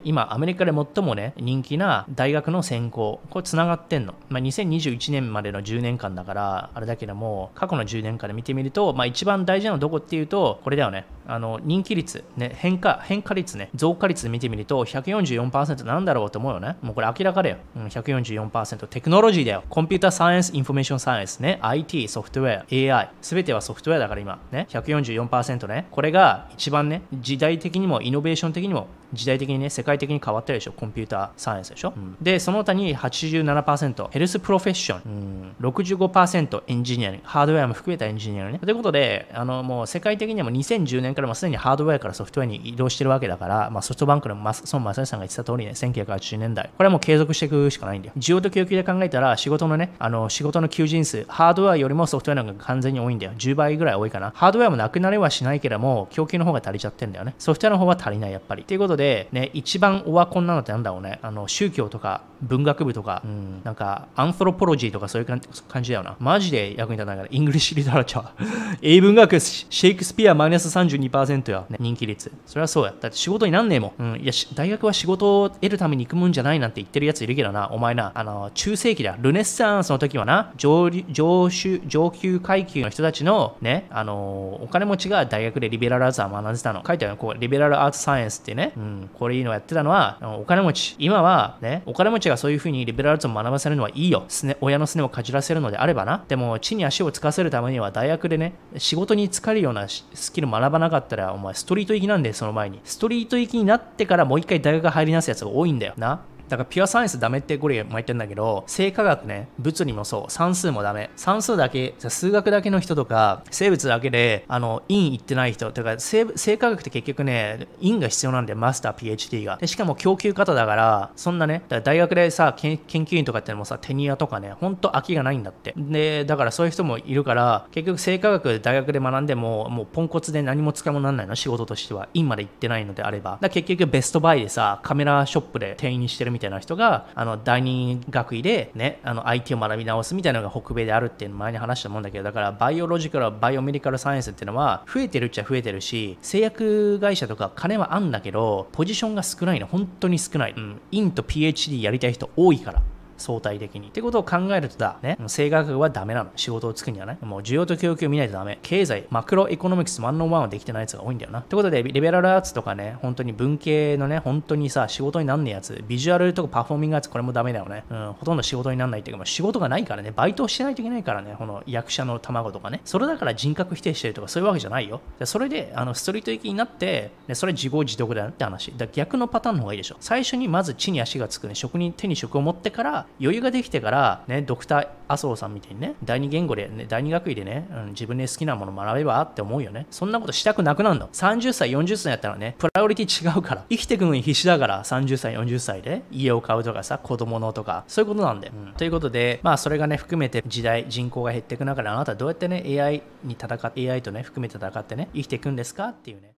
今、アメリカで最もね、人気な大学の専攻、これ繋がってんの。2021年までの10年間だから、あれだけども、過去の10年間で見てみると、一番大事なのはどこっていうと、これだよね。人気率、ね、変化率ね、増加率で見てみると、144% なんだろうと思うよね。もうこれ明らかだよ。144%。テクノロジーだよ。コンピューターサイエンス、インフォメーションサイエンスね。IT、ソフトウェア、AI。すべてはソフトウェアだから今。ね。144% ね。これが一番ね、時代的にも、イノベーション的にも、時代的にね、世界的に変わってるでしょ。コンピューターサイエンスでしょ。で、その他に 87%、ヘルスプロフェッション、65% エンジニアリング、ハードウェアも含めたエンジニアリングね。ということで、もう世界的にはもう2010年からもすでにハードウェアからソフトウェアに移動してるわけだから、ソフトバンクの孫正義さんが言ってた通りね、1980年代。これはもう継続していくしかないんだよ。需要と供給で考えたら、仕事の求人数、ハードウェアよりもソフトウェアの方が完全に多いんだよ。10倍ぐらい多いかな。ハードウェアもなくなれはしないけども、供給の方が足りちゃってんだよね。ソフトウェアの方は足りない、やっぱり。ということで、ね、一番オワコンなのってなんだろうね。宗教とか文学部とか、なんかアンソロポロジーとかそういう感じだよな。マジで役に立たないから、イングリッシュリタラチャー。英文学、シェイクスピアマイナス 32% や、ね、人気率。それはそうや。だって仕事になんねえもん。いや、大学は仕事を得るために行くもんじゃないなんて言ってるやついるけどな。お前な、中世紀だ。ルネッサンスの時はな、上級階級の人たちのね、お金持ちが大学でリベラルアーツを学んでたの。書いてあるよ。こう、リベラルアーツサイエンスってね、これいいのやってたのは、お金持ち。今はね、お金持ちがそういう風にリベラルアーツを学ばせるのはいいよ。親のすねをかじらせるのであればな。でも、地に足をつかせるためには大学でね、仕事に就かれるようなスキル学ばなかったら、お前ストリート行きなんで、その前に。ストリート行きになってからもう一回大学入りなすやつが多いんだよな。だからピュアサイエンスダメってこれも言ってんだけど、生化学ね、物理もそう、算数もダメ。算数だけ、数学だけの人とか、生物だけで、院行ってない人、とか、生化学って結局ね、院が必要なんだよ、マスター、PhD が。で、しかも供給方だから、そんなね、だから大学でさ、研究員とかってのもさ、テニアとかね、ほんと空きがないんだって。で、だからそういう人もいるから、結局生化学大学で学んでも、もうポンコツで何も使い物にならないの、仕事としては。院まで行ってないのであれば。だから結局ベストバイでさ、カメラショップで店員にしてるみたいな人が第二学位でねIT を学び直すみたいなのが北米であるっていうの前に話したもんだけど、だからバイオロジカルバイオメディカルサイエンスっていうのは増えてるっちゃ増えてるし、製薬会社とか金はあんだけどポジションが少ないの、本当に少ない。院と PhD やりたい人多いから、相対的に。ってことを考えるとだ、ね、生学はダメなの。仕事をつくにはね。もう需要と供給を見ないとダメ。経済、マクロエコノミクス101はできてないやつが多いんだよな。ってことで、リベラルアーツとかね、本当に文系のね、本当にさ、仕事になんねえやつ、ビジュアルとかパフォーミングやつ、これもダメだよね。ほとんど仕事になんないっていうか、もう仕事がないからね、バイトをしてないといけないからね、この役者の卵とかね。それだから人格否定してるとかそういうわけじゃないよ。それで、ストリート行きになって、ね、それ自業自得だよって話。だ逆のパターンの方がいいでしょ。最初にまず地に足がつくね、手に職を持ってから、余裕ができてからね、ドクター麻生さんみたいにね、第二言語で、ね、第二学位でね、自分で好きなもの学べばって思うよね。そんなことしたくなくなるの。30歳、40歳やったらね、プライオリティ違うから。生きていくのに必死だから、30歳、40歳で家を買うとかさ、子供のとか、そういうことなんだよ。ということで、それがね、含めて時代、人口が減っていく中で、あなたはどうやってね、AI とね、含めて戦ってね、生きていくんですかっていうね。